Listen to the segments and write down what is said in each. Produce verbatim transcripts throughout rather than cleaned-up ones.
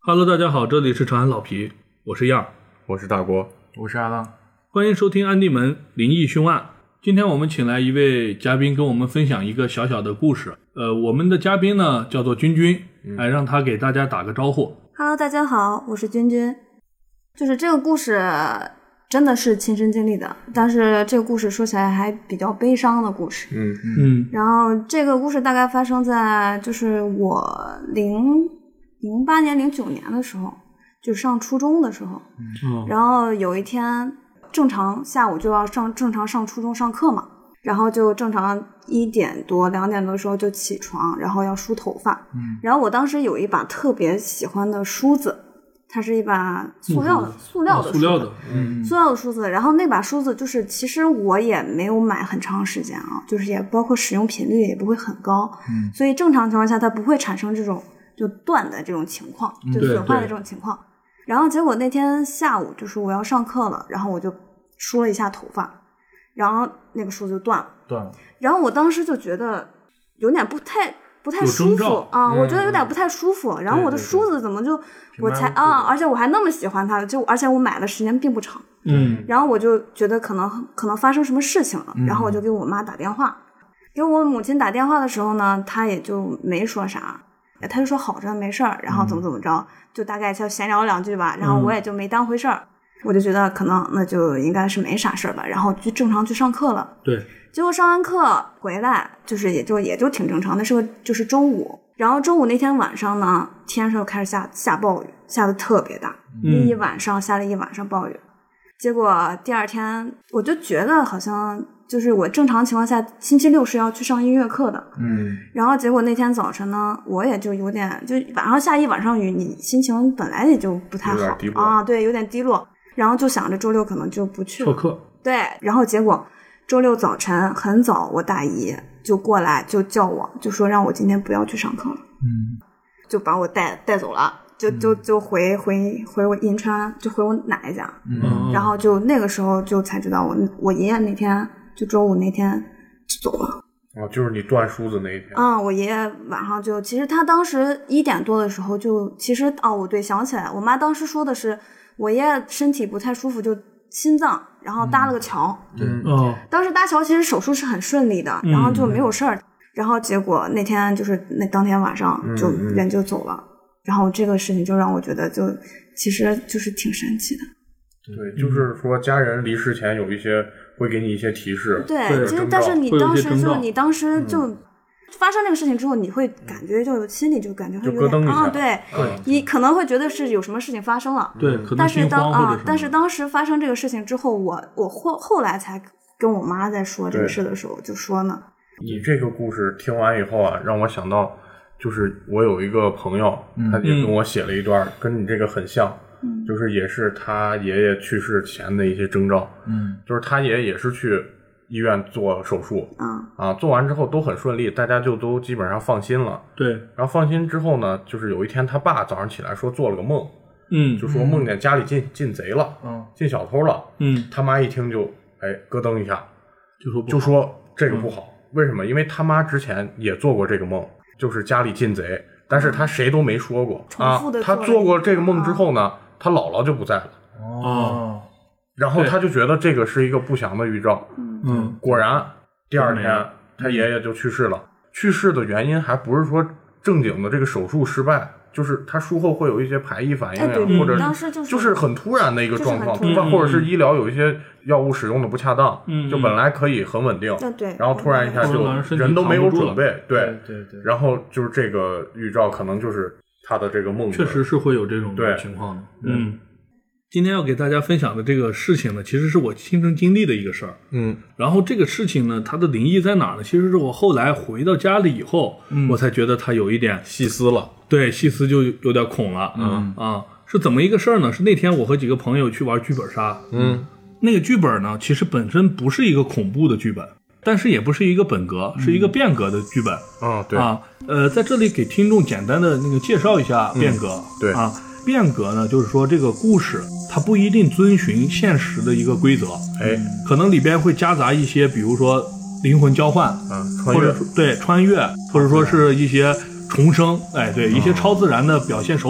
Hello， 大家好，这里是长安老皮，我是样， 我是大郭， 我是阿浪， 欢迎收听安定门灵异凶案。今天我们请来一位嘉宾跟我们分享一个小小的故事。呃，我们的嘉宾呢叫做君君，来让他给大家打个招呼。 Hello， 大家好，我是君君。就是这个故事真的是亲身经历的，但是这个故事说起来还比较悲伤的故事。 嗯嗯。 然后这个故事大概发生在就是我零零八年零九年的时候，就上初中的时候。 嗯。 然后有一天正常下午就要上正常上初中上课嘛，然后就正常一点多两点多的时候就起床，然后要梳头发。 嗯。 然后我当时有一把特别喜欢的梳子。它是一把塑料的塑料的梳子、 哦、塑料的嗯塑料的梳子，然后那把梳子就是其实我也没有买很长时间啊，就是也包括使用频率也不会很高、 嗯、 所以正常情况下它不会产生这种就断的这种情况，就损坏的这种情况、嗯、然后结果那天下午就是我要上课了，然后我就梳了一下头发，然后那个梳子就断了断了， 然后我当时就觉得有点不太不太舒服啊、嗯，我觉得有点不太舒服。然后我的梳子怎么就我才啊，而且我还那么喜欢它，就而且我买的时间并不长， 嗯， 然后我就觉得可能可能发生什么事情了， 嗯、 然后我就给我妈打电话，给我母亲打电话的时候呢，她也就没说啥，她就说好着没事儿，然后怎么怎么着，就大概就闲聊两句吧，然后我也就没当回事儿、嗯，我就觉得可能那就应该是没啥事儿吧，然后就正常去上课了。 对。 结果上完课回来，就是也就也就挺正常的，是个就是周五，然后周五那天晚上呢，天上就开始下下暴雨，下的特别大， 嗯、 一晚上下了一晚上暴雨。结果第二天我就觉得好像就是我正常情况下星期六是要去上音乐课的， 嗯， 然后结果那天早晨呢，我也就有点就晚上下一晚上雨，你心情本来也就不太好啊，对，有点低落，然后就想着周六可能就不去了， 授课， 对，然后结果。周六早晨很早，我大姨就过来就叫我，就说让我今天不要去上课了， 嗯， 就把我带带走了，就就就回回回我银川，就回我奶奶家， 嗯， 然后就那个时候就才知道我我爷爷那天就周五那天就走了。 哦，就是你断梳子那一天。 嗯，我爷爷晚上就其实他当时一点多的时候就其实哦，我对想起来，我妈当时说的是我爷爷身体不太舒服就。心脏，然后搭了个桥， 嗯，哦， 当时搭桥其实手术是很顺利的，然后就没有事儿、嗯，然后结果那天就是那当天晚上就人就走了、嗯嗯，然后这个事情就让我觉得就其实就是挺神奇的。 对，就是说家人离世前有一些会给你一些提示， 对，其实但是你当时就你当时就。嗯发生这个事情之后，你会感觉就心里就感觉会有点啊，对、嗯，你可能会觉得是有什么事情发生了， 对，可能但是当啊，但是当时发生这个事情之后，我我后后来才跟我妈在说这个事的时候就说呢， 你这个故事听完以后啊，让我想到，就是我有一个朋友，嗯、他也跟我写了一段、嗯，跟你这个很像，嗯，就是也是他爷爷去世前的一些征兆， 嗯， 就是他爷爷也是去。医院做手术， 嗯啊，做完之后都很顺利，大家就都基本上放心了。 对， 然后放心之后呢，就是有一天他爸早上起来说做了个梦， 嗯， 就说梦见家里进进贼了， 嗯， 进小偷了， 嗯， 他妈一听就哎咯噔一下， 就说就说这个不好、嗯，为什么？因为他妈之前也做过这个梦，就是家里进贼，但是他谁都没说过、 嗯、 啊。 重复的他做过这个梦之后呢，啊、他姥姥就不在了， 哦， 然后他就觉得这个是一个不祥的预兆， 嗯， 果然。第二天他爷爷就去世了、嗯、去世的原因还不是说正经的这个手术失败，就是他术后会有一些排异反应、啊哎、对对或者当时就是、 就是很突然的一个状况、 就是、 或者是医疗有一些药物使用的不恰当、 嗯、 就本来可以很稳定、 嗯、对， 然后突然一下就人都没有准备， 对对对， 然后就是这个预兆可能就是他的这个梦， 确实是会有这种情况的。嗯，今天要给大家分享的这个事情呢，其实是我亲身经历的一个事儿。 嗯， 然后这个事情呢，它的灵异在哪儿呢？其实是我后来回到家里以后，嗯、我才觉得它有一点细思了。 对，细思就有点恐了。 嗯啊，是怎么一个事儿呢？是那天我和几个朋友去玩剧本杀。 嗯， 那个剧本呢，其实本身不是一个恐怖的剧本，但是也不是一个本格，是一个变革的剧本。 嗯，对啊，呃，在这里给听众简单的那个介绍一下变革。 嗯、对啊。变革呢，就是说这个故事它不一定遵循现实的一个规则， 哎， 可能里边会夹杂一些，比如说灵魂交换， 嗯，穿越， 或者对穿越，或者说是一些重生，哎，对，一些超自然的表现手法。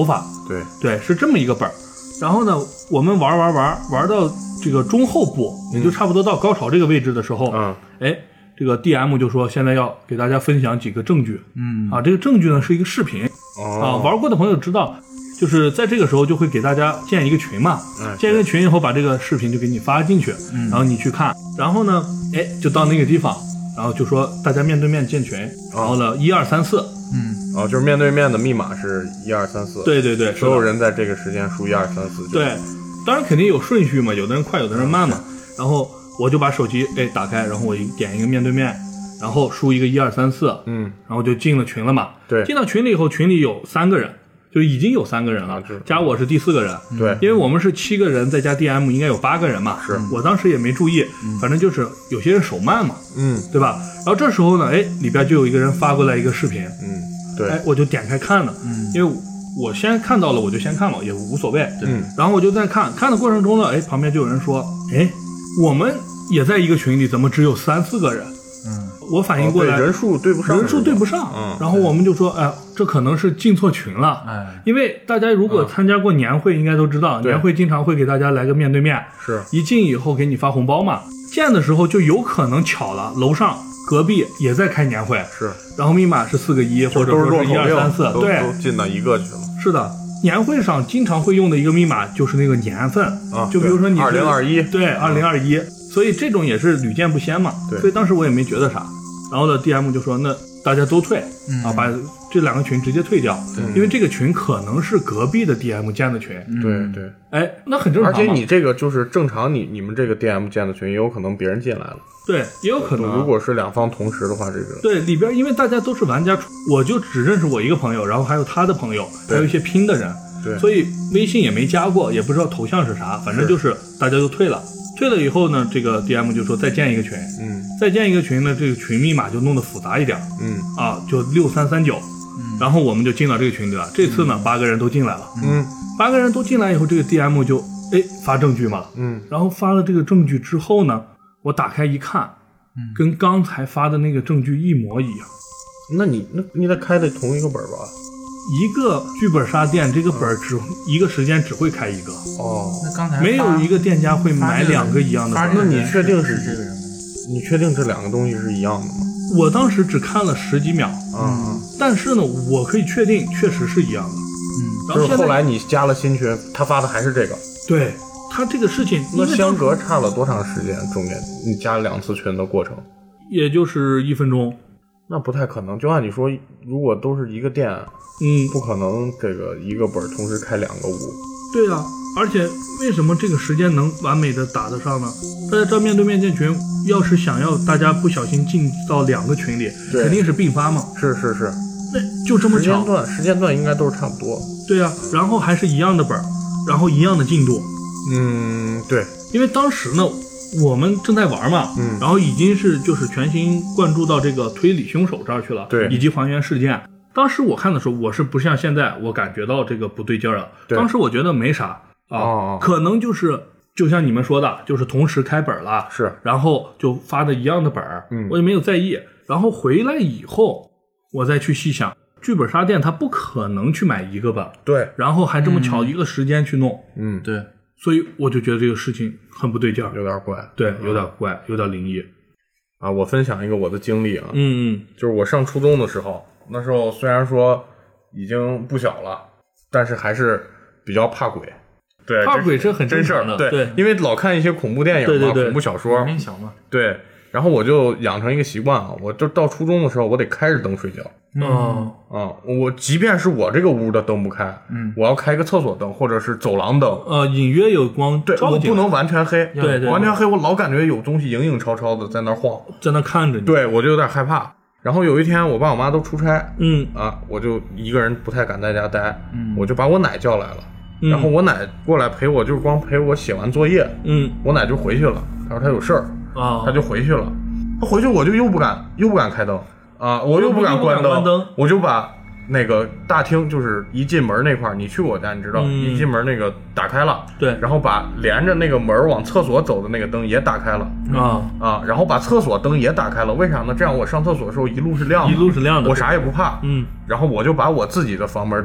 对对，是这么一个本儿。然后呢，我们玩玩玩玩到这个中后部，也就差不多到高潮这个位置的时候， 嗯， 哎，这个 D M 就说现在要给大家分享几个证据，嗯啊，这个证据呢是一个视频， 哦、 啊，玩过的朋友知道，就是在这个时候就会给大家建一个群嘛， 嗯、 建一个群以后把这个视频就给你发进去，嗯、然后你去看，然后呢，哎，就到那个地方，然后就说大家面对面建群，然后呢，一二三四， 嗯，哦，就是面对面的密码是一二三四， 对对对， 所有人在这个时间输一二三四， 对，当然肯定有顺序嘛，有的人快，有的人慢嘛，然后我就把手机哎打开，然后我一点一个面对面，然后输一个一二三四，嗯，然后就进了群了嘛， 对， 进到群里以后，群里有三个人。就已经有三个人了，加我是第四个人。 对， 因为我们是七个人，再加 D M 应该有八个人嘛。 是我当时也没注意，反正就是有些人手慢嘛， 嗯， 对吧？然后这时候呢，哎，里边就有一个人发过来一个视频， 嗯，对， 哎，我就点开看了，嗯，因为我先看到了，我就先看嘛，也无所谓， 嗯， 然后我就在看，看的过程中呢，哎，旁边就有人说，哎，我们也在一个群里，怎么只有三四个人？嗯，我反应过来， 哦、人数对不上， 人数对不上。 嗯， 然后我们就说，哎，这可能是进错群了。哎，因为大家如果参加过年会，应该都知道，年会经常会给大家来个面对面， 是一进以后给你发红包嘛。建的时候就有可能巧了，楼上隔壁也在开年会， 是， 然后密码是四个一，或者说是一二三四，对， 都进到一个去了。 是的。年会上经常会用的一个密码就是那个年份啊， 就比如说你二零二一， 对，二零二一，所以这种也是屡见不鲜嘛。 对， 所以当时我也没觉得啥。然后呢 ，D M 就说那大家都退、嗯、啊，把这两个群直接退掉、嗯，因为这个群可能是隔壁的 D M 建的群。 嗯、对对， 哎，那很正常。 而且你这个就是正常你，你你们这个 D M 建的群，也有可能别人进来了。 对，也有可能。 如果是两方同时的话，这个对里边，因为大家都是玩家，我就只认识我一个朋友，然后还有他的朋友，还有一些拼的人。 对， 所以微信也没加过，也不知道头像是啥，反正就是大家都退了。退了以后呢，这个 D M 就说再建一个群，嗯，再建一个群呢，这个群密码就弄得复杂一点，嗯，啊，就六三三九，然后我们就进到这个群里了。这次呢，八个人都进来了，嗯，八个人都进来以后，这个 D M 就哎发证据嘛，嗯，然后发了这个证据之后呢，我打开一看，嗯，跟刚才发的那个证据一模一样。 那你那你得开的同一个本吧？ 一个剧本杀店，这个本只、嗯、一个时间只会开一个哦。 那刚才没有一个店家会买两个一样的本。 那你确定是这个人吗？你确定这两个东西是一样的吗？ 我当时只看了十几秒，嗯，但是呢，我可以确定确实是一样的。 嗯，然后就是后来你加了新群，他发的还是这个。 对，他这个事情， 那相隔差了多长时间？中间你加两次群的过程， 也就是一分钟。 那不太可能，就按你说，如果都是一个店，嗯，不可能这个一个本同时开两个屋。 对啊，而且为什么这个时间能完美的打得上呢？大家这面对面建群，要是想要大家不小心进到两个群里，肯定是并发嘛。 是是是， 那就这么巧。 时间段时间段应该都是差不多。 对啊，然后还是一样的本，然后一样的进度。 嗯，对， 因为当时呢。我们正在玩嘛，嗯，然后已经是就是全心贯注到这个推理凶手这儿去了， 对， 以及还原事件。当时我看的时候，我是不像现在，我感觉到这个不对劲儿了。当时我觉得没啥啊、 哦， 可能就是就像你们说的，就是同时开本了， 是， 然后就发的一样的本儿，嗯，我也没有在意。然后回来以后，我再去细想，剧本杀店它不可能去买一个本， 对， 然后还这么巧一个时间去弄， 嗯，对。 所以我就觉得这个事情很不对劲儿， 有点怪， 对，有点怪，有点灵异啊！我分享一个我的经历啊， 嗯嗯， 就是我上初中的时候，那时候虽然说已经不小了，但是还是比较怕鬼。对， 怕鬼是很真事儿的， 对， 对， 因为老看一些恐怖电影嘛， 对对对恐怖小说， 年龄小嘛， 对。然后我就养成一个习惯啊，我就到初中的时候，我得开着灯睡觉。 嗯啊，我即便是我这个屋的灯不开，嗯，我要开个厕所灯或者是走廊灯， 呃，隐约有光， 对，我不能完全黑， 对 对, 对， 完全黑，我老感觉有东西影影绰绰的在那晃， 在那看着你， 对，我就有点害怕。然后有一天，我爸我妈都出差， 嗯啊，我就一个人不太敢在家待，嗯，我就把我奶叫来了，嗯、然后我奶过来陪我，就是光陪我写完作业， 嗯， 我奶就回去了，她说她有事儿， 啊， 她就回去了。他回去我就又不敢又不敢开灯啊，我又不敢关灯， 灯我就把那个大厅就是一进门那块，你去过我家你知道，嗯、一进门那个打开了， 对， 然后把连着那个门往厕所走的那个灯也打开了啊啊，然后把厕所灯也打开了，为啥呢？这样我上厕所的时候一路是亮的， 一路是亮的， 我啥也不怕， 嗯， 然后我就把我自己的房门的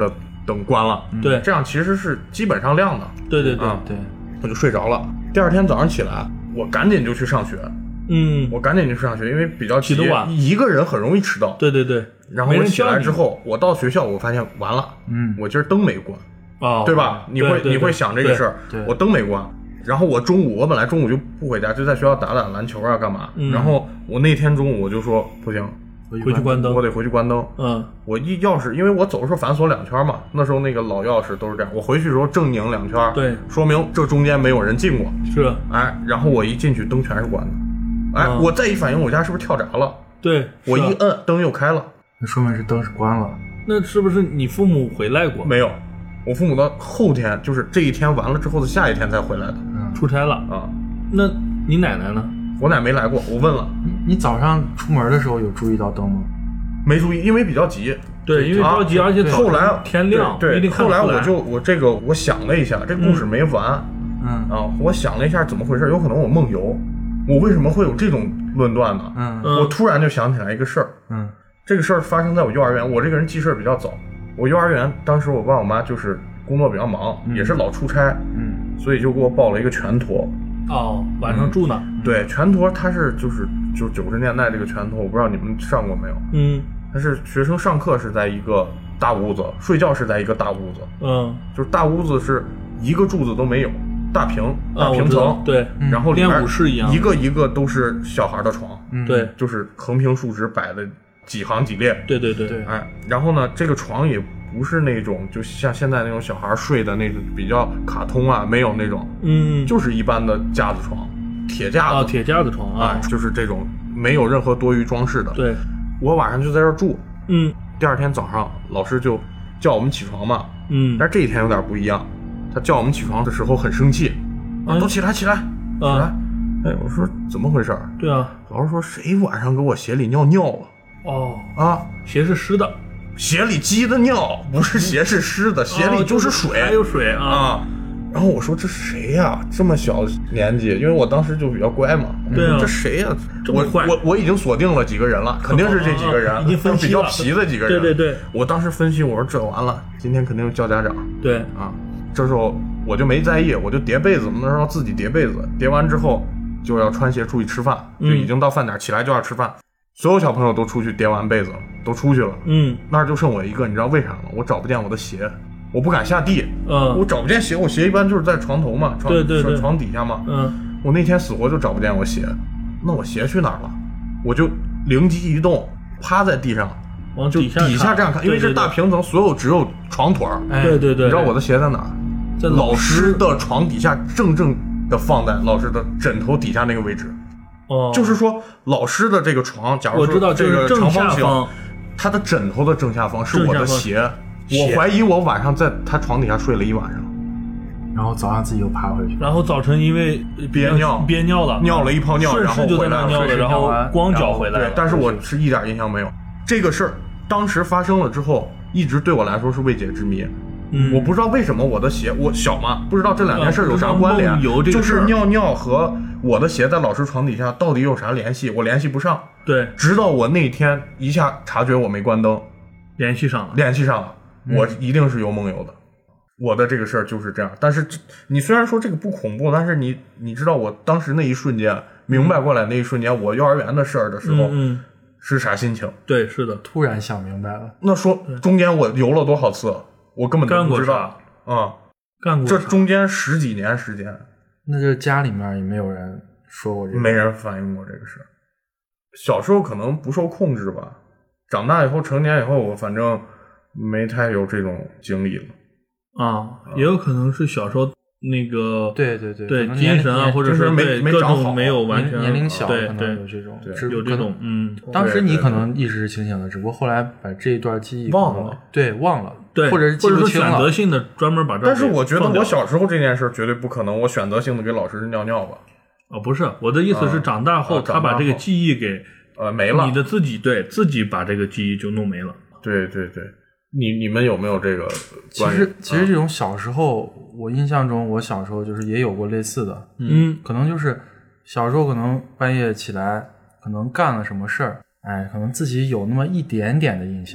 灯关了， 对， 这样其实是基本上亮的。 对对对、 啊、 对， 我就睡着了。第二天早上起来，我赶紧就去上学。 嗯， 我赶紧就去上学，因为比较急， 起得晚， 一个人很容易迟到。 对对对。 然后我起来之后，我到学校，我发现完了，嗯，我今儿灯没关， 哦， 对吧？你会对对对你会想这个事儿，我灯没关。然后我中午，我本来中午就不回家，就在学校打打篮球啊，干嘛？ 嗯、 然后我那天中午我就说不行， 回去关灯， 我得回去关灯。 嗯， 我一钥匙，因为我走的时候反锁两圈嘛，那时候那个老钥匙都是这样，我回去的时候正拧两圈， 对， 说明这中间没有人进过。 是， 哎，然后我一进去，灯全是关的。哎、嗯，我再一反应，我家是不是跳闸了？ 对， 我一摁，灯又开了， 那说明是灯是关了。 那是不是你父母回来过？ 没有，我父母到后天，就是这一天完了之后的下一天才回来的。 嗯，出差了啊。 那你奶奶呢？ 我奶没来过，我问了。 你你早上出门的时候有注意到灯吗？ 没注意，因为比较急。 对，因为着急，啊、而且后来天亮， 对， 对后来我就我这个我想了一下，这个故事没完。 嗯啊，我想了一下怎么回事，有可能我梦游。我为什么会有这种论断呢？ 嗯， 我突然就想起来一个事儿。 嗯， 这个事儿发生在我幼儿园。我这个人记事儿比较早。我幼儿园当时我爸我妈就是工作比较忙， 嗯、 也是老出差， 嗯， 所以就给我报了一个全托。 哦，晚上住呢？ 嗯、对，全托它是就是就九十年代这个全托，我不知道你们上过没有？ 嗯， 但是学生上课是在一个大屋子，睡觉是在一个大屋子。 嗯， 就是大屋子是一个柱子都没有。大平大平层、 啊，对， 然后练武士一样， 一个一个都是小孩的床， 嗯、对， 就是横平竖直摆的几行几列， 对对对对， 哎，然后呢，这个床也不是那种就像现在那种小孩睡的那种比较卡通啊，没有那种， 嗯， 就是一般的架子床，铁架子， 啊，铁架子床啊， 哎，就是这种没有任何多余装饰的。 对， 我晚上就在这儿住， 嗯， 第二天早上老师就叫我们起床嘛， 嗯， 但是这一天有点不一样，他叫我们起床的时候很生气。啊，都起来起来起来！ 啊、 哎，我说怎么回事？ 对啊， 老师说谁晚上给我鞋里尿尿了？ 哦啊， 鞋是湿的， 鞋里积的尿，不是鞋是湿的，鞋里就是水， 还有水啊。 啊然后我说这谁呀、啊？这么小年纪，因为我当时就比较乖嘛。 对啊， 这谁呀、啊？ 我我我已经锁定了几个人了，肯定是这几个人， 啊、已经分析比较皮的几个人。 对对对， 我当时分析，我说这完了，今天肯定叫家长。 对啊，这时候。我就没在意，我就叠被子，那时候自己叠被子，叠完之后就要穿鞋出去吃饭，就已经到饭点，起来就要吃饭。嗯、所有小朋友都出去叠完被子，都出去了， 嗯， 那儿就剩我一个，你知道为啥吗？我找不见我的鞋，我不敢下地， 嗯， 我找不见鞋，我鞋一般就是在床头嘛，床对对对， 床底下嘛， 嗯， 我那天死活就找不见我鞋，那我鞋去哪儿了？我就灵机一动，趴在地上。 往底下底下这样看，因为是大平层，所有只有床腿儿。 对对对， 你知道我的鞋在哪儿？ 在老师的床底下，正正的放在老师的枕头底下那个位置。 哦， 就是说老师的这个床，假如说这个长方形，他的枕头的正下方是我的鞋。我怀疑我晚上在他床底下睡了一晚上， 然后早上自己又爬回去， 然后早晨因为憋尿憋尿了， 尿了一泡尿，然后就在那尿了，然后光脚回来了。 对，但是我是一点印象没有。这个事儿当时发生了之后，一直对我来说是未解之谜。 嗯， 我不知道为什么我的鞋，我小嘛，不知道这两件事有啥关联， 有这个就是尿尿和我的鞋在老师床底下到底有啥联系，我联系不上。 对， 直到我那天一下察觉我没关灯， 联系上了， 联系上了，嗯、我一定是有梦游的。我的这个事儿就是这样，但是你虽然说这个不恐怖，但是你你知道我当时那一瞬间明白过来那一瞬间，我幼儿园的事儿的时候， 嗯， 是啥心情？ 对，是的， 突然想明白了。 那说中间我游了多少次？我根本都不知道啊、嗯， 干过这中间十几年时间， 那这家里面也没有人说过这个， 没人反映过这个事。小时候可能不受控制吧，长大以后成年以后，我反正没太有这种经历了。 啊，也有可能是小时候那个对对对对精神啊，或者是没各种没有完全年龄小， 对可能有这种， 有这种嗯。 当时你可能意识是清醒的，只不过后来把这一段记忆忘了， 对，忘了， 对， 或者是记不清了， 或者选择性的专门把这。 但是我觉得我小时候这件事绝对不可能，我选择性的给老师尿尿吧。 哦，不是，我的意思是长大后他把这个记忆给呃没了， 你的自己对自己把这个记忆就弄没了。 对对对。你你们有没有这个？ 其实其实这种小时候，我印象中我小时候就是也有过类似的， 嗯， 可能就是小时候可能半夜起来，可能干了什么事儿，哎，可能自己有那么一点点的印象，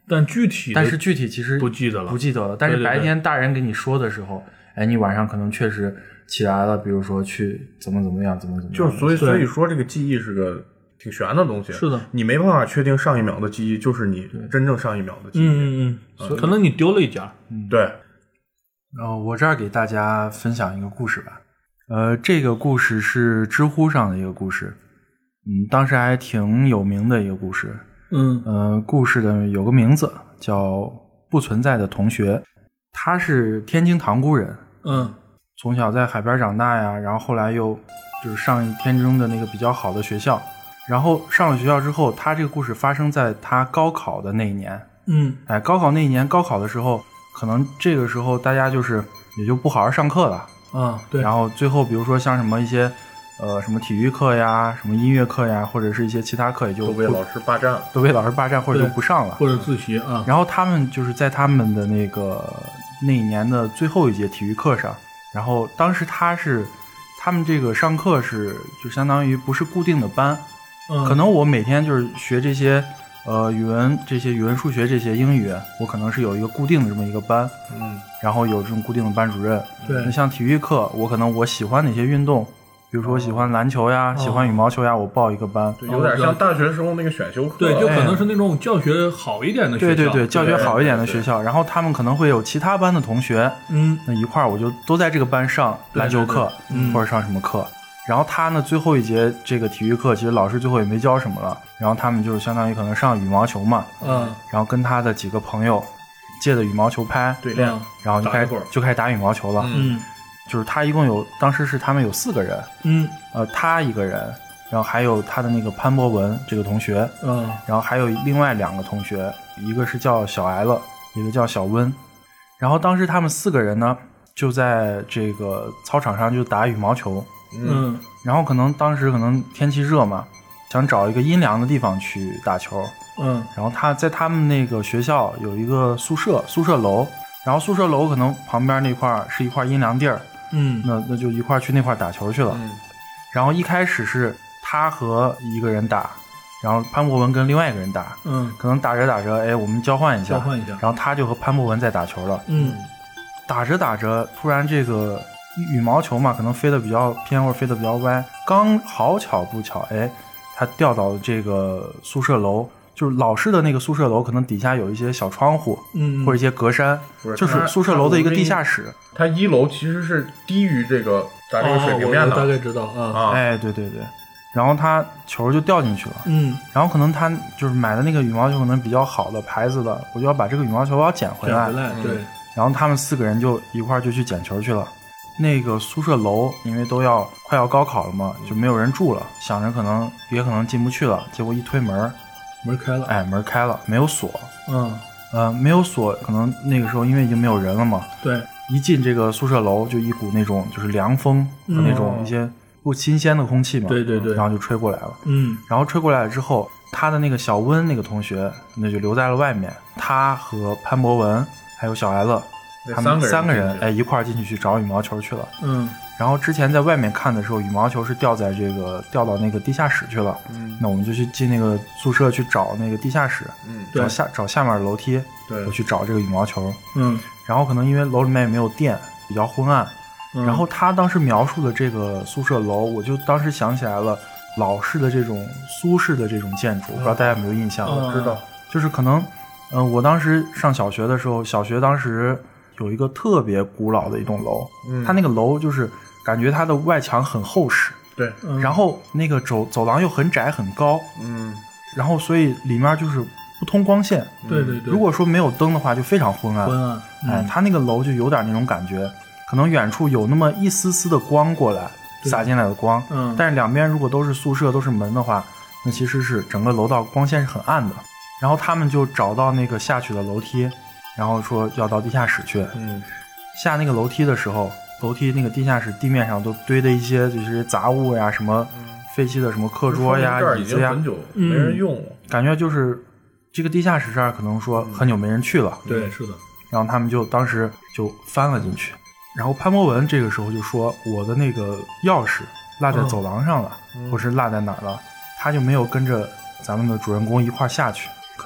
但具体但是具体其实不记得了， 不记得了。但是白天大人给你说的时候，对对对，哎，你晚上可能确实起来了，比如说去怎么怎么样，怎么怎么样。 就是所以所以说这个记忆是个挺悬的东西。 是的， 你没办法确定上一秒的记忆就是你真正上一秒的记忆。 嗯嗯嗯，可能你丢了一家。 嗯， 对。 然后我这儿给大家分享一个故事吧。呃，这个故事是知乎上的一个故事，嗯，当时还挺有名的一个故事。 嗯， 呃，故事的有个名字叫不存在的同学，他是天津塘沽人， 嗯， 从小在海边长大呀，然后后来又就是上天津的那个比较好的学校，然后上了学校之后，他这个故事发生在他高考的那一年。 嗯， 哎，高考那一年，高考的时候，可能这个时候大家就是也就不好好上课了啊，对， 然后最后比如说像什么一些。呃，什么体育课呀，什么音乐课呀，或者是一些其他课，也就都被老师霸占， 都被老师霸占，或者就不上了， 或者自习啊。 然后他们就是在他们的那个那一年的最后一节体育课上，然后当时他是他们这个上课是就相当于不是固定的班， 嗯， 可能我每天就是学这些呃语文这些语文数学这些英语，我可能是有一个固定的这么一个班， 嗯， 然后有这种固定的班主任。 对， 那像体育课，我可能我喜欢哪些运动。比如说我喜欢篮球呀、哦、喜欢羽毛球呀，我报一个班， 对，有点像大学时候那个选修课， 对，就可能是那种教学好一点的学校， 对对对，教学好一点的学校，然后他们可能会有其他班的同学， 嗯， 那一块儿我就都在这个班上篮球课， 对对对， 或者上什么课。然后他呢，最后一节这个体育课，其实老师最后也没教什么了，然后他们就相当于可能上羽毛球嘛， 嗯， 然后跟他的几个朋友借的羽毛球拍对练， 然后就开始就开始打羽毛球了， 嗯。 就是他一共有，当时是他们有四个人， 嗯， 呃，他一个人，然后还有他的那个潘博文这个同学， 嗯， 然后还有另外两个同学，一个是叫小 L， 一个叫小温，然后当时他们四个人呢，就在这个操场上就打羽毛球， 嗯， 然后可能当时可能天气热嘛，想找一个阴凉的地方去打球， 嗯， 然后他在他们那个学校有一个宿舍，宿舍楼，然后宿舍楼可能旁边那块是一块阴凉地儿。 嗯， 那那就一块去那块打球去了。 嗯， 然后一开始是他和一个人打，然后潘博文跟另外一个人打。 嗯， 可能打着打着，哎，我们交换一下， 交换一下。 然后他就和潘博文在打球了。 嗯， 打着打着，突然这个羽毛球嘛，可能飞得比较偏或者飞得比较歪，刚好巧不巧，哎，他掉到了这个宿舍楼。就是老师的那个宿舍楼，可能底下有一些小窗户， 嗯， 或者一些隔山， 是就是宿舍楼的一个地下室。 它一楼其实是低于这个咱这个水平面的， 哦、我大概知道啊。 啊， 哎，对对对，然后他球就掉进去了， 嗯， 然后可能他就是买的那个羽毛球可能比较好的牌子的，我就要把这个羽毛球我要捡回来， 捡回来，对、嗯。 然后他们四个人就一块就去捡球去了。那个宿舍楼因为都要快要高考了嘛，就没有人住了，想着可能也可能进不去了，结果一推门。 门开了， 哎，门开了，没有锁， 嗯， 呃，没有锁，可能那个时候因为已经没有人了嘛， 对， 一进这个宿舍楼就一股那种就是凉风和那种一些不新鲜的空气嘛， 对对对， 然后就吹过来了， 嗯， 然后吹过来了之后，他的那个小温那个同学那就留在了外面，他和潘博文还有小 L 他们三个人哎一块进去去找羽毛球去了， 嗯。 然后之前在外面看的时候，羽毛球是掉在这个掉到那个地下室去了。 嗯， 那我们就去进那个宿舍去找那个地下室， 嗯， 找下找下面的楼梯， 对， 我去找这个羽毛球。 嗯， 然后可能因为楼里面也没有电，比较昏暗。 嗯、 然后他当时描述的这个宿舍楼，我就当时想起来了老式的这种苏式的这种建筑，嗯、不知道大家有没有印象？ 我知道，就是可能，嗯、呃，我当时上小学的时候，小学当时有一个特别古老的一栋楼， 嗯， 它那个楼就是。感觉它的外墙很厚实， 对， 嗯、然后那个走走廊又很窄很高， 嗯， 然后所以里面就是不通光线， 对对对。 如果说没有灯的话，就非常昏暗， 昏暗。嗯、 哎，它那个楼就有点那种感觉，可能远处有那么一丝丝的光过来，洒进来的光， 嗯， 但是两边如果都是宿舍都是门的话，那其实是整个楼道光线是很暗的。然后他们就找到那个下去的楼梯，然后说要到地下室去， 嗯， 下那个楼梯的时候。楼梯那个地下室地面上都堆的一些就是杂物呀，什么废弃的什么课桌呀、 嗯、 椅子呀， 很久没人用了、 嗯，感觉就是这个地下室这儿可能说很久没人去了。 嗯、对，是的。 然后他们就当时就翻了进去，然后潘博文这个时候就说我的那个钥匙落在走廊上了， 嗯、 或是落在哪儿了，他就没有跟着咱们的主人公一块下去。可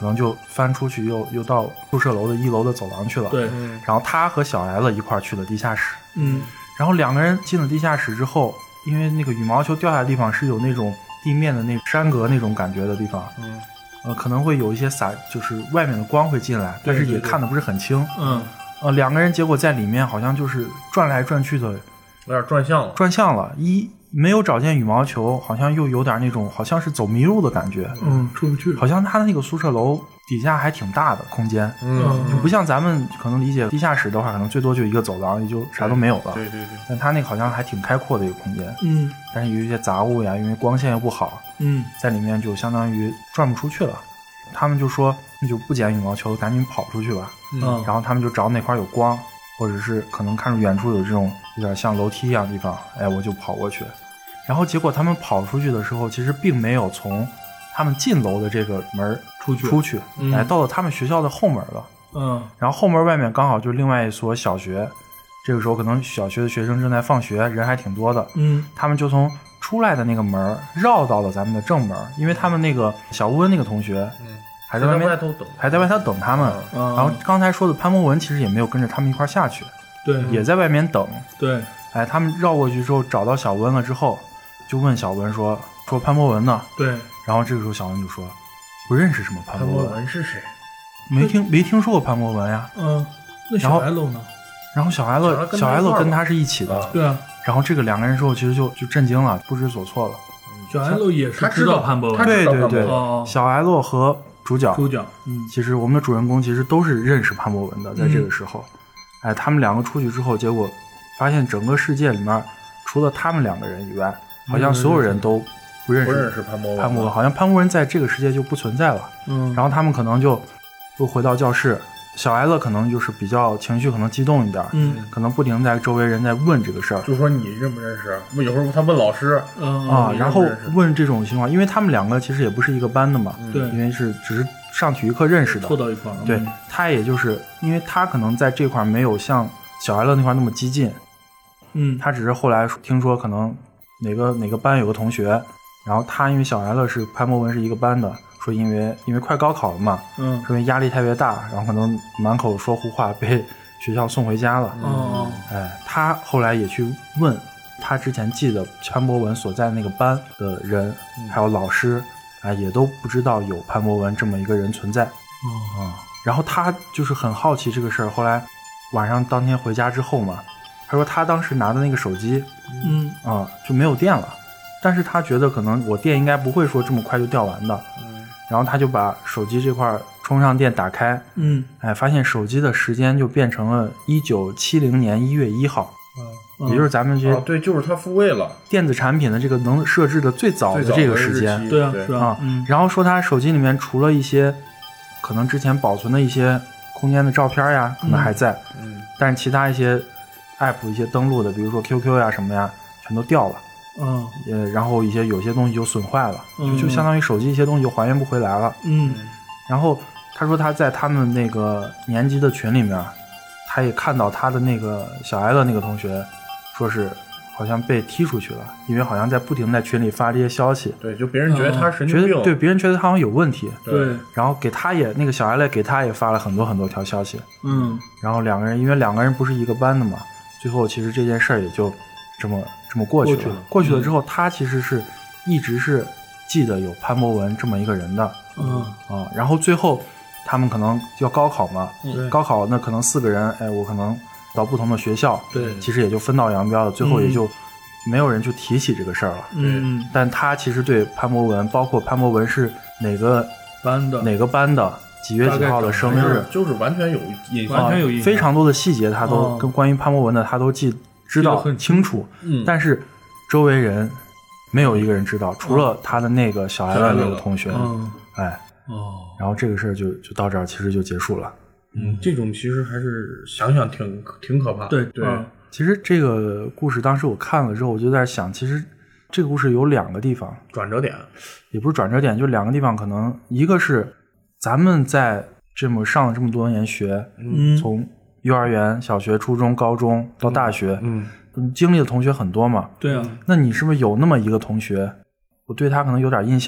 可能就翻出去又又到宿舍楼的一楼的走廊去了。 对， 然后他和小 L 一块去了地下室。 嗯， 然后两个人进了地下室之后，因为那个羽毛球掉下的地方是有那种地面的那山格那种感觉的地方， 嗯， 呃，可能会有一些洒，就是外面的光会进来，但是也看的不是很清。 嗯， 呃，两个人结果在里面好像就是转来转去的， 有点转向了， 转向了，一没有找见羽毛球，好像又有点那种好像是走迷路的感觉。 嗯，出不去， 好像他的那个宿舍楼底下还挺大的空间， 嗯， 就不像咱们可能理解地下室的话，可能最多就一个走廊，也就啥都没有了。 对对对， 但他那个好像还挺开阔的一个空间。 嗯， 但是有一些杂物呀，因为光线又不好， 嗯， 在里面就相当于转不出去了。他们就说那就不捡羽毛球，赶紧跑出去吧。 嗯， 然后他们就找哪块有光，或者是可能看着远处有这种有点像楼梯一样的地方，哎，我就跑过去。然后结果他们跑出去的时候，其实并没有从他们进楼的这个门出去出去， 嗯、 哎，到了他们学校的后门了。 嗯， 然后后门外面刚好就另外一所小学，这个时候可能小学的学生正在放学，人还挺多的。 嗯， 他们就从出来的那个门绕到了咱们的正门，因为他们那个小乌恩那个同学，嗯，还在外面等， 还在外头等他们。 嗯、 然后刚才说的潘博文其实也没有跟着他们一块下去， 对， 也在外面等。 对， 哎，他们绕过去之后找到小温了之后，就问小文说说潘博文呢？ 对， 然后这个时候小文就说不认识什么潘博文， 潘博文是谁？ 没听没听说过潘博文呀。 嗯，那小 L 呢？ 然后小 L 小 L 跟他是一起的， 对啊。 然后这个两个人之后其实就就震惊了，不知所措了。 小 L 也是知道潘博文， 对对对， 哦、 小 L 和主角主角， 嗯，其实我们的主人公其实都是认识潘博文的，在这个时候，嗯、哎，他们两个出去之后，结果发现整个世界里面除了他们两个人以外，好像所有人都不认识不认识潘博文， 潘博文好像潘博文在这个世界就不存在了。 嗯， 然后他们可能就又回到教室。小 L 可能就是比较情绪可能激动一点， 嗯， 可能不停在周围人在问这个事儿， 就说你认不认识？有时候他问老师， 嗯啊，然后问这种情况，因为他们两个其实也不是一个班的嘛， 对、 嗯，因为是只是上体育课认识的， 凑到一块儿， 对、嗯、他也就是因为他可能在这块没有像小 L 那块那么激进， 嗯， 他只是后来听说可能哪个哪个班有个同学，然后他因为小 L 是潘博文是一个班的。说因为因为快高考了嘛， 嗯， 说因为压力特别大，然后可能满口说胡话，被学校送回家了。 哦、 嗯，哎，他后来也去问他之前记得潘博文所在那个班的人，嗯、还有老师，哎，也都不知道有潘博文这么一个人存在。 哦、 嗯，然后他就是很好奇这个事儿。后来晚上当天回家之后嘛，他说他当时拿的那个手机， 嗯啊、嗯、就没有电了，但是他觉得可能我电应该不会说这么快就掉完的。 嗯。 然后他就把手机这块充上电打开， 嗯， 哎，发现手机的时间就变成了一九七零年一月一号，嗯，也就是咱们这、 哦、对，就是他复位了电子产品的这个能设置的最早的这个时间， 对啊，是啊，嗯。然后说他手机里面除了一些可能之前保存的一些空间的照片呀，可能还在， 嗯， 但是其他一些 app 一些登录的，比如说 Q Q 呀什么呀，全都掉了。 嗯， 呃，然后一些有些东西就损坏了， 嗯、 就就相当于手机一些东西就还原不回来了。 嗯， 然后他说他在他们那个年级的群里面，他也看到他的那个小 L 那个同学，说是好像被踢出去了，因为好像在不停在群里发这些消息。 对，就别人觉得他神经病， 觉得对别人觉得他好像有问题。 对， 然后给他也那个小 L 给他也发了很多很多条消息。 嗯， 然后两个人因为两个人不是一个班的嘛，最后其实这件事儿也就这么。这么过去了， 过去了， 过去了之后，嗯、他其实是一直是记得有潘博文这么一个人的， 嗯啊，然后最后他们可能要高考嘛， 嗯、 高考那可能四个人，哎，我可能到不同的学校， 对， 其实也就分道扬镳了，最后也就没有人去提起这个事儿了， 嗯， 但他其实对潘博文，包括潘博文是哪个班的， 哪个班的。几月几号的生日， 就是完全有印象， 完全有印象， 非常多的细节他都跟关于潘博文的他都记知道很清楚， 嗯， 但是周围人没有一个人知道，除了他的那个小 L 那个同学， 嗯， 哎， 哦， 然后这个事儿就就到这儿，其实就结束了。 嗯，这种其实还是想想挺挺可怕的。 对对、 嗯， 其实这个故事当时我看了之后，我就在想，其实这个故事有两个地方转折点， 也不是转折点，就两个地方，可能一个是咱们在这么上了这么多年学， 嗯， 从幼儿园、小学、初中、高中到大学， 嗯。 嗯，经历的同学很多嘛， 对啊， 那你是不是有那么一个同学，我对他可能有点印象，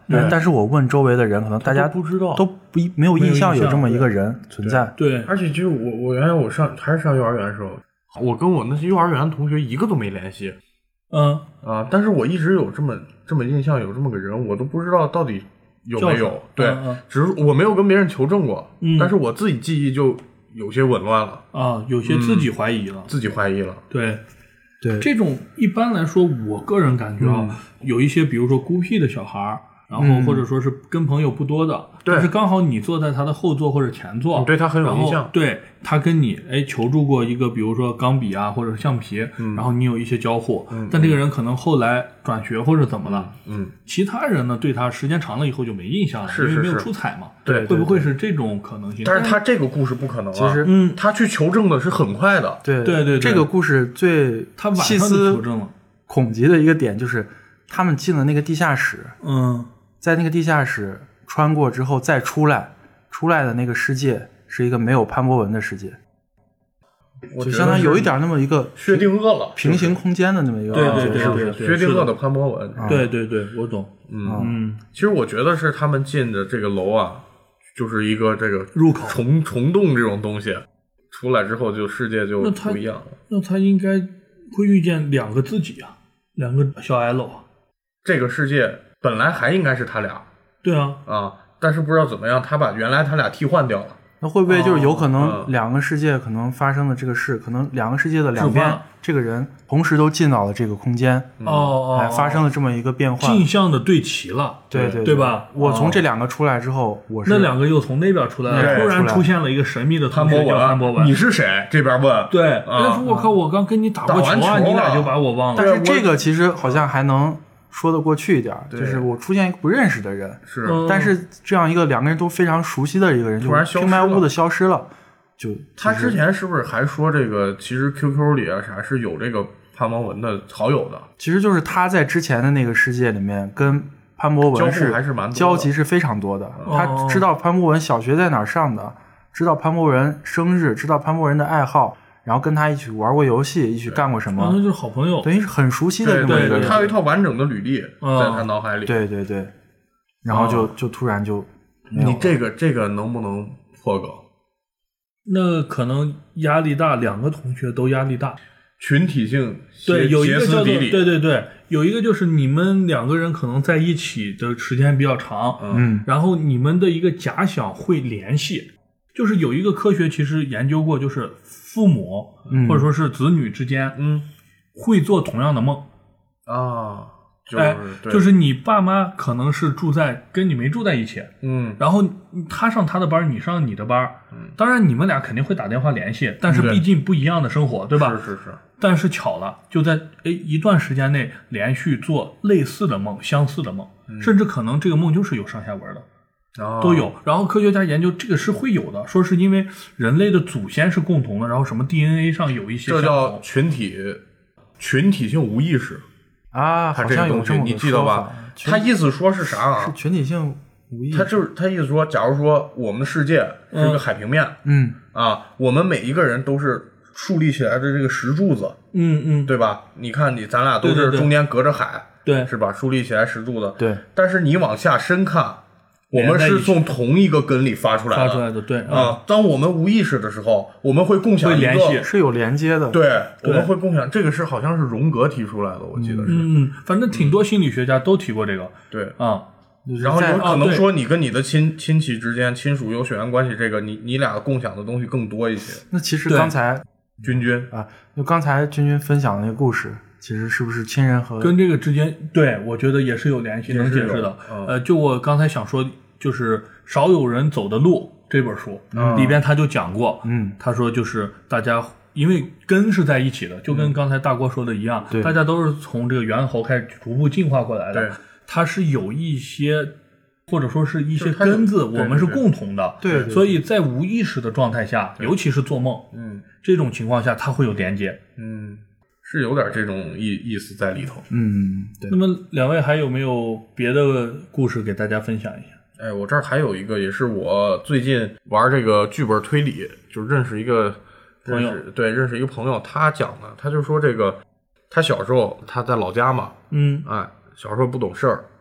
但但是我问周围的人，可能大家不知道， 都不没有印象有这么一个人存在。 对， 而且就是我我原来我上还是上幼儿园的时候，我跟我那些幼儿园同学一个都没联系。 嗯啊，但是我一直有这么这么印象有这么个人，我都不知道到底有没有。对、 嗯嗯， 只是我没有跟别人求证过， 嗯、 但是我自己记忆就有些紊乱了啊，有些自己怀疑了， 嗯、自己怀疑了。 对。 对， 这种一般来说，我个人感觉啊，嗯、有一些比如说孤僻的小孩，然后或者说是跟朋友不多的，嗯、但是刚好你坐在他的后座或者前座， 你对他很有印象， 对他跟你哎求助过一个，比如说钢笔啊或者橡皮，嗯、然后你有一些交互，嗯、但这个人可能后来转学或者怎么了， 嗯， 其他人呢对他时间长了以后就没印象了， 是是是因为没有出彩嘛， 对， 会不会是这种可能性？ 但是他这个故事不可能啊， 其实嗯， 他去求证的是很快的， 对对对， 这个故事最他晚上就求证了。 恐极的一个点就是他们进了那个地下室， 嗯， 在那个地下室穿过之后再出来，出来的那个世界是一个没有潘博文的世界，就相当于有一点那么一个薛定谔了平行空间的那么一个对对对是不是薛定谔的潘博文？ 对对对，我懂。 嗯嗯， 其实我觉得是他们进的这个楼啊，就是一个这个入口虫虫洞这种东西，出来之后就世界就不一样了。 那他应该会遇见两个自己啊，两个小 L 啊。 这个世界本来还应该是他俩， 对啊啊，但是不知道怎么样，他把原来他俩替换掉了。 那会不会就是有可能哦两个世界可能发生的这个事，可能两个世界的两边这个人同时都进到了这个空间， 哦哦， 哎，发生了这么一个变化， 镜像的对齐了， 对对对吧？ 我从这两个出来之后，我是那两个又从那边出来了，突然出现了一个神秘的潘博文， 潘博文， 你是谁？这边问， 对，他说我靠，我刚跟你打过球啊，你俩就把我忘了。 但是这个其实好像还能说得过去一点，就是我出现一个不认识的人， 是， 但是这样一个两个人都非常熟悉的一个人， 突然平白无故的消失了。就他之前是不是还说这个？其实 Q Q 里啊啥是有这个潘博文的好友的？ 其实就是他在之前的那个世界里面跟潘博文是还是蛮交集是非常多的。他知道潘博文小学在哪儿上的，知道潘博文生日，知道潘博文的爱好。然后跟他一起玩过游戏，一起干过什么？ 那就是好朋友， 等于是很熟悉的这么一个人。 他有一套完整的履历在他脑海里。 对对对，然后就就突然就你这个这个能不能破梗？ 那可能压力大，两个同学都压力大， 群体性对，有一个叫做对对对，有一个就是你们两个人可能在一起的时间比较长， 嗯， 然后你们的一个假想会联系。就是有一个科学其实研究过，就是父母、嗯、或者说是子女之间， 嗯， 会做同样的梦啊，就是、 哎，就是你爸妈可能是住在跟你没住在一起， 嗯， 然后他上他的班，你上你的班，嗯，当然你们俩肯定会打电话联系，但是毕竟不一样的生活，对吧？ 是是是。 但是巧了，就在哎一段时间内连续做类似的梦、相似的梦，嗯、甚至可能这个梦就是有上下文的。 哦、 都有，然后科学家研究这个是会有的，说是因为人类的祖先是共同的，然后什么 D N A 上有一些， 这叫群体群体性无意识啊，好像有这么个说法， 你记得吧？他意思说是啥啊？ 是群体性无意识。 他就是他意思说，假如说我们的世界是一个海平面， 嗯啊，我们每一个人都是竖立起来的这个石柱子， 嗯嗯， 对吧？你看你咱俩都是中间隔着海， 对，对是吧？竖立起来石柱子， 对。 但是你往下深看。我们是从同一个根里发出来的， 发出来的，对啊。当我们无意识的时候，我们会共享一个， 会联系， 是有连接的。 对，我们会共享。这个是好像是荣格提出来的，我记得是。 嗯，反正挺多心理学家都提过这个。 对啊， 然后有可能说你跟你的亲亲戚之间，亲属有血缘关系，这个你你俩共享的东西更多一些。 那其实刚才君君啊，就刚才君君分享的那个故事。其实是不是亲人和跟这个之间，对我觉得也是有联系，能解释的。 嗯、 呃，就我刚才想说，就是《少有人走的路》这本书、 嗯、 里边他就讲过， 嗯， 他说就是大家因为根是在一起的，就跟刚才大郭说的一样， 嗯、 大家都是从这个猿猴开始逐步进化过来的，它是有一些或者说是一些根子，我们是共同的， 对， 对， 对， 对， 所以在无意识的状态下，尤其是做梦， 嗯， 这种情况下，它会有连接， 嗯。是有点这种意意思在里头， 嗯，对。 那么两位还有没有别的故事给大家分享一下？ 哎，我这儿还有一个，也是我最近玩这个剧本推理，就认识一个朋友， 对，认识一个朋友，他讲的，他就说这个，他小时候他在老家嘛， 嗯， 哎，小时候不懂事儿，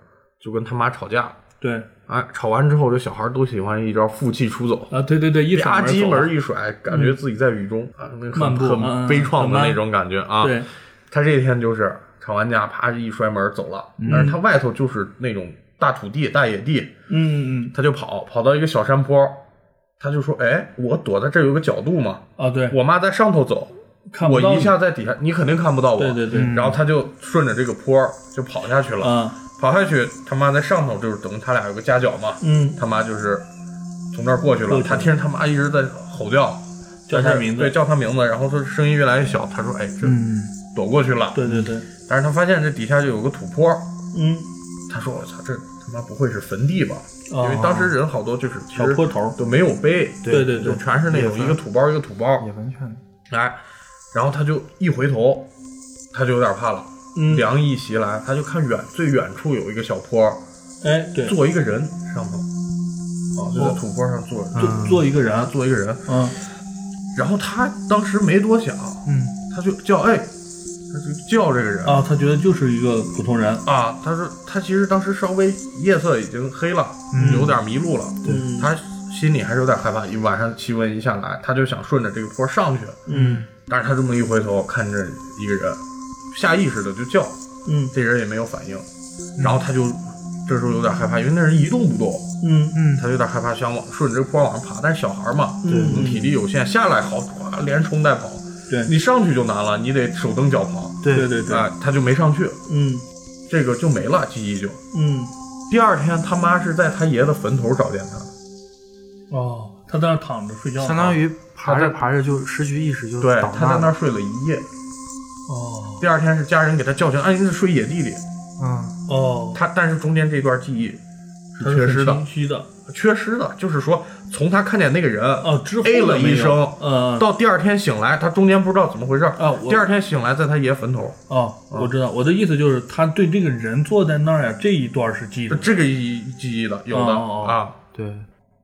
就跟他妈吵架。 对， 哎，吵完之后，这小孩都喜欢一招负气出走啊！对对对，一吧唧门一甩，感觉自己在雨中、嗯、啊，那很很悲怆的那种感觉啊。 对， 他这一天就是吵完架，啪一摔门走了， 嗯、 但是他外头就是那种大土地、大野地， 嗯嗯， 他就跑跑到一个小山坡，他就说：“哎，我躲在这有个角度嘛， 啊，对， 我妈在上头走。”我一下在底下，你肯定看不到我。 对对对， 然后他就顺着这个坡就跑下去了。 嗯， 跑下去，他妈在上头，就是等他俩有个夹角嘛。 嗯， 他妈就是从这儿过去了。他听着他妈一直在吼叫， 叫他名字， 对，叫他名字。然后他声音越来越小，他说：“哎，这躲过去了。” 对对对。 但是他发现这底下就有个土坡。 嗯， 他说：“我操，这他妈不会是坟地吧？” 哦、 因为当时人好多就是小坡头都没有碑， 对对对， 就全是那种一个土包一个土包。 野坟圈。 哎。然后他就一回头，他就有点怕了。 嗯， 凉意袭来，他就看远最远处有一个小坡， 哎，对， 坐一个人上头，啊，就在土坡上坐坐、嗯、坐一个人， 坐一个人。 嗯， 然后他当时没多想， 嗯， 他就叫哎，他就叫这个人啊，他觉得就是一个普通人啊。他说他其实当时稍微夜色已经黑了， 嗯、 有点迷路了， 对， 他心里还是有点害怕。一晚上气温一下来，他就想顺着这个坡上去， 嗯。 但是他这么一回头，看着一个人，下意识的就叫， 嗯， 这人也没有反应，然后他就这时候有点害怕，因为那人一动不动， 嗯嗯，他有点害怕，想往顺着这个坡往上爬，但是小孩嘛， 对， 嗯、体力有限，下来好哇连冲带跑， 对， 你上去就难了，你得手蹬脚跑， 对对对对， 哎，他就没上去， 嗯， 这个就没了记忆就， 嗯， 第二天他妈是在他爷的坟头找见他的， 哦，他在那躺着睡觉， 相当于。爬着爬着就失去意识，就对，他在那儿睡了一夜。 哦， 第二天是家人给他叫醒，哎，你是睡野地里。 嗯， 哦， 他但是中间这段记忆是缺失的， 清晰的， 缺失的，就是说从他看见那个人哦之后 A 了一声， 呃， 到第二天醒来，他中间不知道怎么回事啊。 第二天醒来，在他爷坟头。 哦，我知道，我的意思就是他对这个人坐在那儿呀，这一段是记忆的， 这个记记忆的有的哦啊， 对。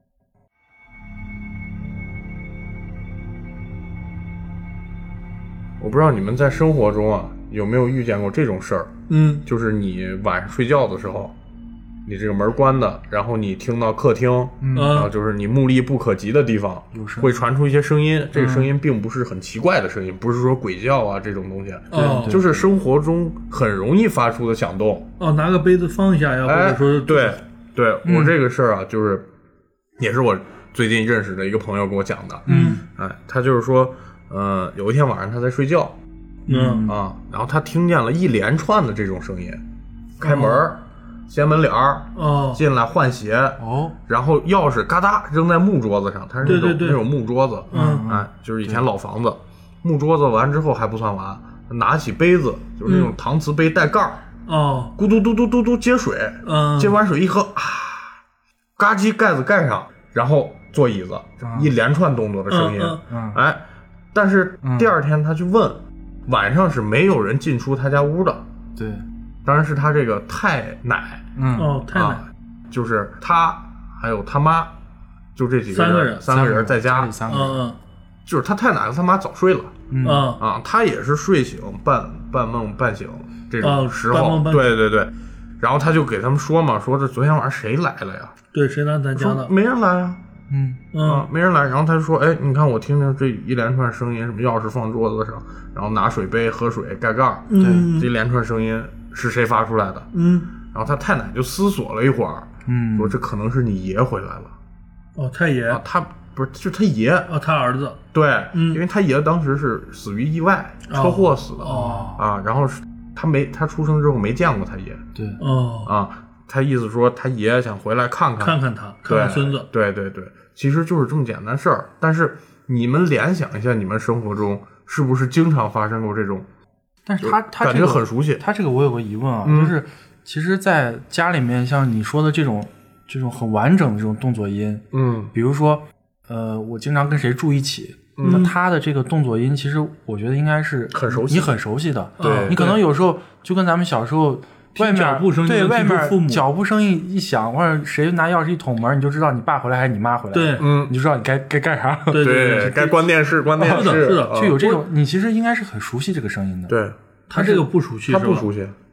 我不知道你们在生活中啊有没有遇见过这种事儿？ 嗯， 就是你晚上睡觉的时候，你这个门关的，然后你听到客厅， 嗯， 然后就是你目力不可及的地方，会传出一些声音。这个声音并不是很奇怪的声音，不是说鬼叫啊这种东西， 哦， 就是生活中很容易发出的响动。 哦，拿个杯子放一下呀，或者说， 对对， 嗯、 我这个事儿啊，就是也是我最近认识的一个朋友跟我讲的。 嗯， 哎，他就是说。呃，有一天晚上他在睡觉， 嗯啊，然后他听见了一连串的这种声音，开门，哦、掀门帘儿， 哦， 进来换鞋， 哦， 然后钥匙嘎哒扔在木桌子上，他是那种对对对那种木桌子， 嗯， 哎，就是以前老房子，木桌子完之后还不算完，拿起杯子，就是那种搪瓷杯带盖儿， 哦， 咕嘟嘟嘟嘟嘟接水， 嗯， 接完水一喝啊，嘎叽盖子盖上，然后坐椅子， 嗯、 一连串动作的声音， 嗯嗯， 哎。但是第二天他去问，嗯、晚上是没有人进出他家屋的。 对， 当然是他这个太奶， 嗯哦，太奶、 啊，就是他还有他妈，就这几个人， 三个人， 三个人在家， 家三个人， 嗯， 就是他太奶和他妈早睡了， 嗯啊，他也是睡醒半半梦半醒这种时候， 哦、 对对对，然后他就给他们说嘛，说这昨天晚上谁来了呀？ 对，谁来咱家的？ 没人来啊。 嗯啊，没人来，然后他就说，哎，你看我听听这一连串声音，什么钥匙放桌子上，然后拿水杯喝水盖盖儿， 嗯， 这一连串声音是谁发出来的？ 嗯， 然后他太奶就思索了一会儿， 嗯， 说这可能是你爷回来了。 哦，太爷啊，他不是就他爷啊，他儿子， 对， 嗯， 因为他爷当时是死于意外，车祸死的， 哦啊，然后他没他出生之后没见过他爷， 对， 哦啊。他意思说他爷想回来看看看看他看看孙子， 对对对，其实就是这么简单事儿。但是你们联想一下，你们生活中是不是经常发生过这种？ 但是他他、 这个、感觉很熟悉。 他这个我有个疑问啊， 嗯、 就是其实在家里面，像你说的这种这种很完整的这种动作音， 嗯， 比如说呃，我经常跟谁住一起， 嗯、 那他的这个动作音，其实我觉得应该是很熟悉， 你很熟悉的。 对， 你可能有时候就跟咱们小时候。外面脚步声对外面脚步声一一响，或者谁拿钥匙一捅门，你就知道你爸回来还是你妈回来。 对， 嗯， 你就知道你该该干啥。 对对对，该关电视关电视。 是的，是的， 就有这种，你其实应该是很熟悉这个声音的。 对， 他这个不熟悉， 他不熟悉。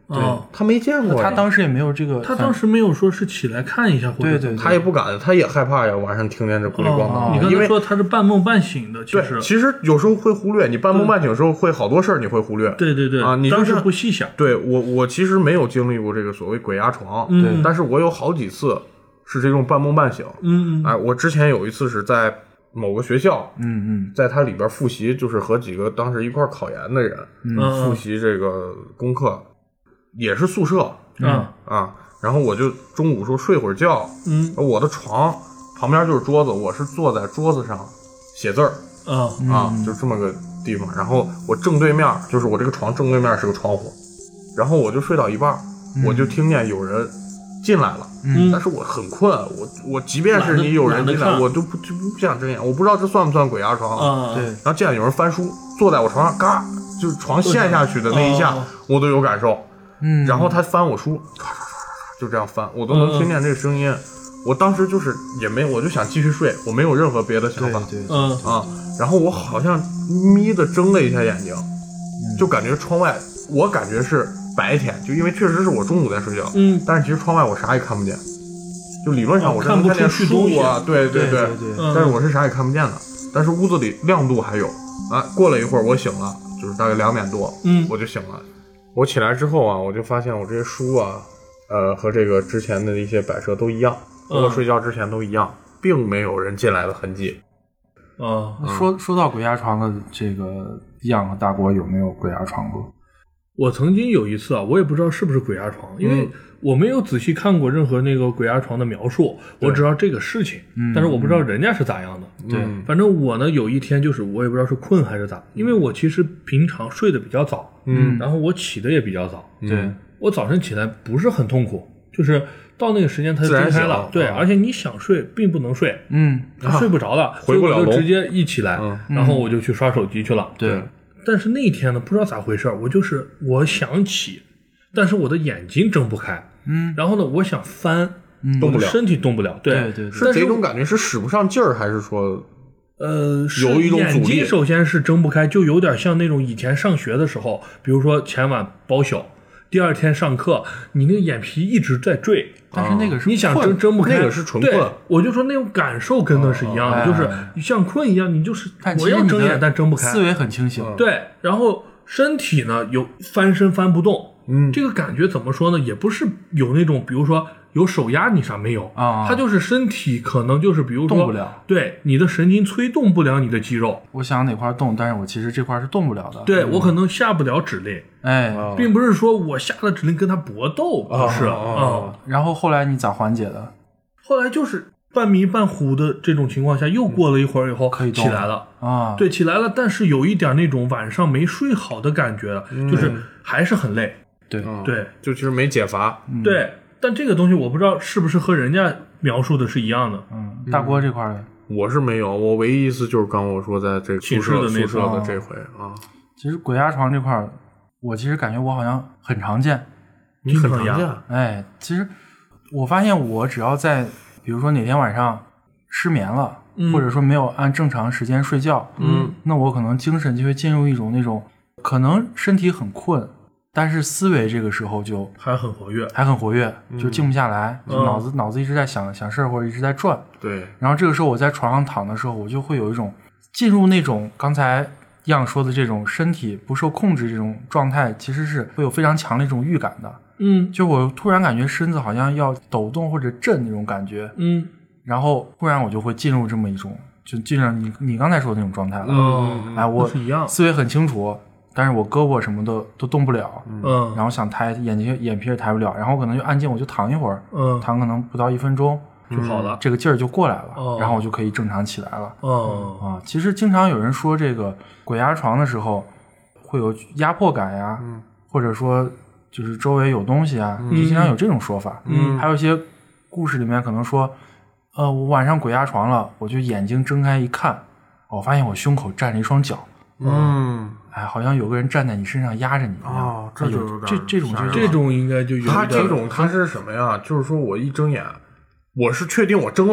对， 他没见过， 他当时也没有这个， 他当时没有说是起来看一下或者对对对， 他也不敢，他也害怕呀，晚上听见这咕哩咣当。 你刚才说他是半梦半醒的，其实其实有时候会忽略，你半梦半醒的时候会好多事儿你会忽略。 对对对啊，你当时不细想。 对我我其实没有经历过这个所谓鬼压床，对，但是我有好几次是这种半梦半醒。 嗯哎，我之前有一次是在某个学校， 嗯嗯， 在它里边复习，就是和几个当时一块考研的人，嗯，复习这个功课，也是宿舍， 嗯啊，然后我就中午说睡会儿觉， 嗯， 我的床旁边就是桌子，我是坐在桌子上写字儿， 啊啊，就这么个地方，然后我正对面就是我这个床正对面是个窗户，然后我就睡到一半，我就听见有人进来了， 嗯， 但是我很困，我我即便是你有人进来，我都不就不想睁眼，我不知道这算不算鬼压床啊？ 对， 然后见有人翻书，坐在我床上，嘎，就是床陷下去的那一下，我都有感受。 嗯， 然后他翻我书，唰唰唰唰就这样翻，我都能听见这个声音。我当时就是也没，我就想继续睡，我没有任何别的想法。 对对， 嗯啊，然后我好像眯的睁了一下眼睛，就感觉窗外，我感觉是白天，就因为确实是我中午在睡觉， 嗯， 但是其实窗外我啥也看不见，就理论上我是看不见出东西啊，对对对对，但是我是啥也看不见的，但是屋子里亮度还有啊。过了一会儿我醒了，就是大概两点多， 嗯， 我就醒了。我起来之后啊，我就发现我这些书啊，呃，和这个之前的一些摆设都一样，和我睡觉之前都一样，并没有人进来的痕迹。 啊， 说说到鬼压床的这个样和大国有没有鬼压床过？ 我曾经有一次啊，我也不知道是不是鬼压床，因为我没有仔细看过任何那个鬼压床的描述，我只知道这个事情，但是我不知道人家是咋样的。 对， 反正我呢有一天就是我也不知道是困还是咋，因为我其实平常睡得比较早， 嗯， 然后我起的也比较早， 对， 我早晨起来不是很痛苦，就是到那个时间它就睁开了，对，而且你想睡并不能睡， 嗯， 他睡不着了， 回不了笼， 就直接一起来，然后我就去刷手机去了， 对。 但是那天呢，不知道咋回事，我就是我想起，但是我的眼睛睁不开，嗯，然后呢，我想翻， 嗯， 动不了， 身体动不了，对对对， 是这种感觉是使不上劲儿，还是说， 呃， 有一种阻力？ 眼睛首先是睁不开，就有点像那种以前上学的时候，比如说前晚包宿，第二天上课，你那个眼皮一直在坠， 但是那个是你想睁睁不开， 那个是纯困。 我就说那种感受跟那是一样的， 哦、 就是像困一样，你就是我要睁眼但睁不开， 思维很清醒。 对，然后身体呢有翻身翻不动， 嗯， 这个感觉怎么说呢？也不是有那种，比如说有手压你啥没有啊， 它就是身体可能就是比如说动不了， 对，你的神经催动不了你的肌肉。 我想哪块动，但是我其实这块是动不了的。 对、嗯、我可能下不了指令， 哎， 并不是说我下的指令跟他搏斗，不是啊、 哦嗯。然后后来你咋缓解的？ 后来就是半迷半糊的这种情况下，又过了一会儿以后， 可以起来了啊， 对，起来了，但是有一点那种晚上没睡好的感觉，嗯、就是还是很累。 对、 嗯、 对， 就其实没解乏。 嗯、 对，但这个东西我不知道是不是和人家描述的是一样的。 嗯，大郭这块儿、 嗯，我是没有，我唯一一次就是刚我说在这个宿舍的那宿舍的这回啊。 其实鬼压床这块儿，我其实感觉我好像很常见。 你很常见？ 哎，其实我发现我只要在比如说哪天晚上失眠了， 嗯、 或者说没有按正常时间睡觉， 嗯， 那我可能精神就会进入一种那种可能身体很困，但是思维这个时候就还很活跃， 还很活跃，就静不下来， 嗯、 就脑子、嗯、脑子一直在想想事儿或者一直在转。 对。 然后这个时候我在床上躺的时候，我就会有一种进入那种刚才样说的这种身体不受控制这种状态，其实是会有非常强的一种预感的。 嗯， 就我突然感觉身子好像要抖动或者震那种感觉。 嗯， 然后突然我就会进入这么一种，就进入你你刚才说的那种状态了。 嗯， 哎，我是一样， 思维很清楚。但是我胳膊什么的都动不了， 嗯， 然后想抬眼睛眼皮也抬不了，然后可能就安静，我就躺一会儿， 嗯， 躺可能不到一分钟就好了， 这个劲儿就过来了， 哦， 然后我就可以正常起来了。 哦， 啊，其实经常有人说这个鬼压床的时候会有压迫感呀， 嗯， 或者说就是周围有东西啊， 嗯、 就经常有这种说法。 嗯， 还有一些故事里面可能说，呃，我晚上鬼压床了，我就眼睛睁开一看，我发现我胸口站着一双脚。 嗯， 哎，好像有个人站在你身上压着你一样。 哦，这就有这这种就这种应该就有。 他这种他是什么呀？就是说我一睁眼，我是确定我睁了，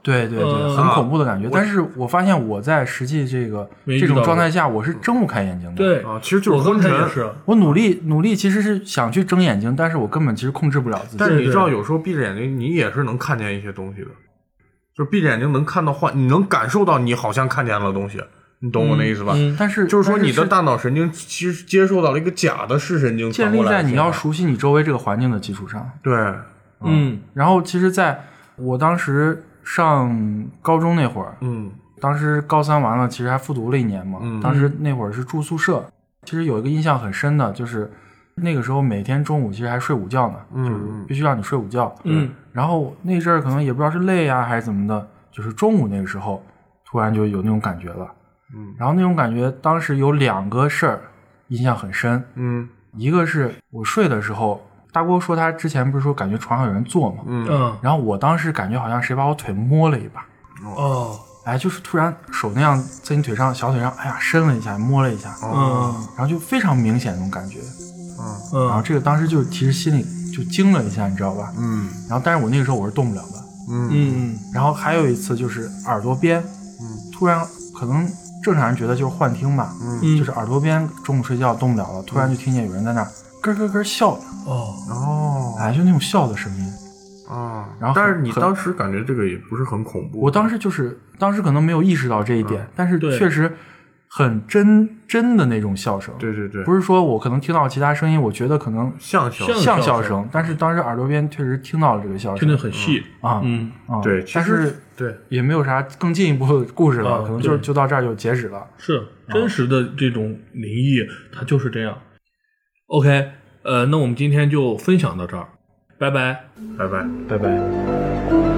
对对对， 嗯、 很恐怖的感觉。 啊、 但是我发现我在实际这个这种状态下，我是睁不开眼睛的。 对啊，其实就是昏沉。 也是， 我努力努力，其实是想去睁眼睛，但是我根本其实控制不了自己。 但是你知道，有时候闭着眼睛，你也是能看见一些东西的，就是闭着眼睛能看到幻，你能感受到你好像看见了东西。你懂我的意思吧？ 嗯嗯、但是就是说，你的大脑神经其实接受到了一个假的视神经， 建立在你要熟悉你周围这个环境的基础上。 对， 嗯。嗯然后，其实在我当时上高中那会儿， 嗯， 当时高三完了，其实还复读了一年嘛。 嗯。 当时那会儿是住宿舍，其实有一个印象很深的，就是那个时候每天中午其实还睡午觉呢， 嗯、 就是必须让你睡午觉。 嗯。 然后那阵儿可能也不知道是累呀、啊、还是怎么的，就是中午那个时候突然就有那种感觉了。 嗯， 然后那种感觉，当时有两个事儿印象很深。 嗯， 一个是我睡的时候，大郭说他之前不是说感觉床上有人坐吗？ 嗯， 然后我当时感觉好像谁把我腿摸了一把。 哦， 哎，就是突然手那样在你腿上、小腿上，哎呀，伸了一下，摸了一下。 嗯， 然后就非常明显那种感觉。 嗯， 然后这个当时就其实心里就惊了一下，你知道吧？ 嗯， 然后但是我那个时候我是动不了的。 嗯嗯， 然后还有一次就是耳朵边， 嗯， 突然可能。正常人觉得就是幻听吧， 嗯， 就是耳朵边中午睡觉动不了了，突然就听见有人在那儿咯咯咯笑了， 哦哦， 哎，就那种笑的声音啊。 然后， 但是你当时感觉这个也不是很恐怖。 我当时就是当时可能没有意识到这一点， 嗯、 但是确实很真真的那种笑声。 对对对， 不是说我可能听到其他声音，我觉得可能像笑像笑声，但是当时耳朵边确实听到了这个笑声， 听得很细啊， 嗯啊， 对， 但是。 对， 也没有啥更进一步的故事了， 啊、 可能就就到这儿就截止了。 是真实的这种灵异，它就是这样。OK， 呃，那我们今天就分享到这儿，拜拜， 拜拜， 拜拜。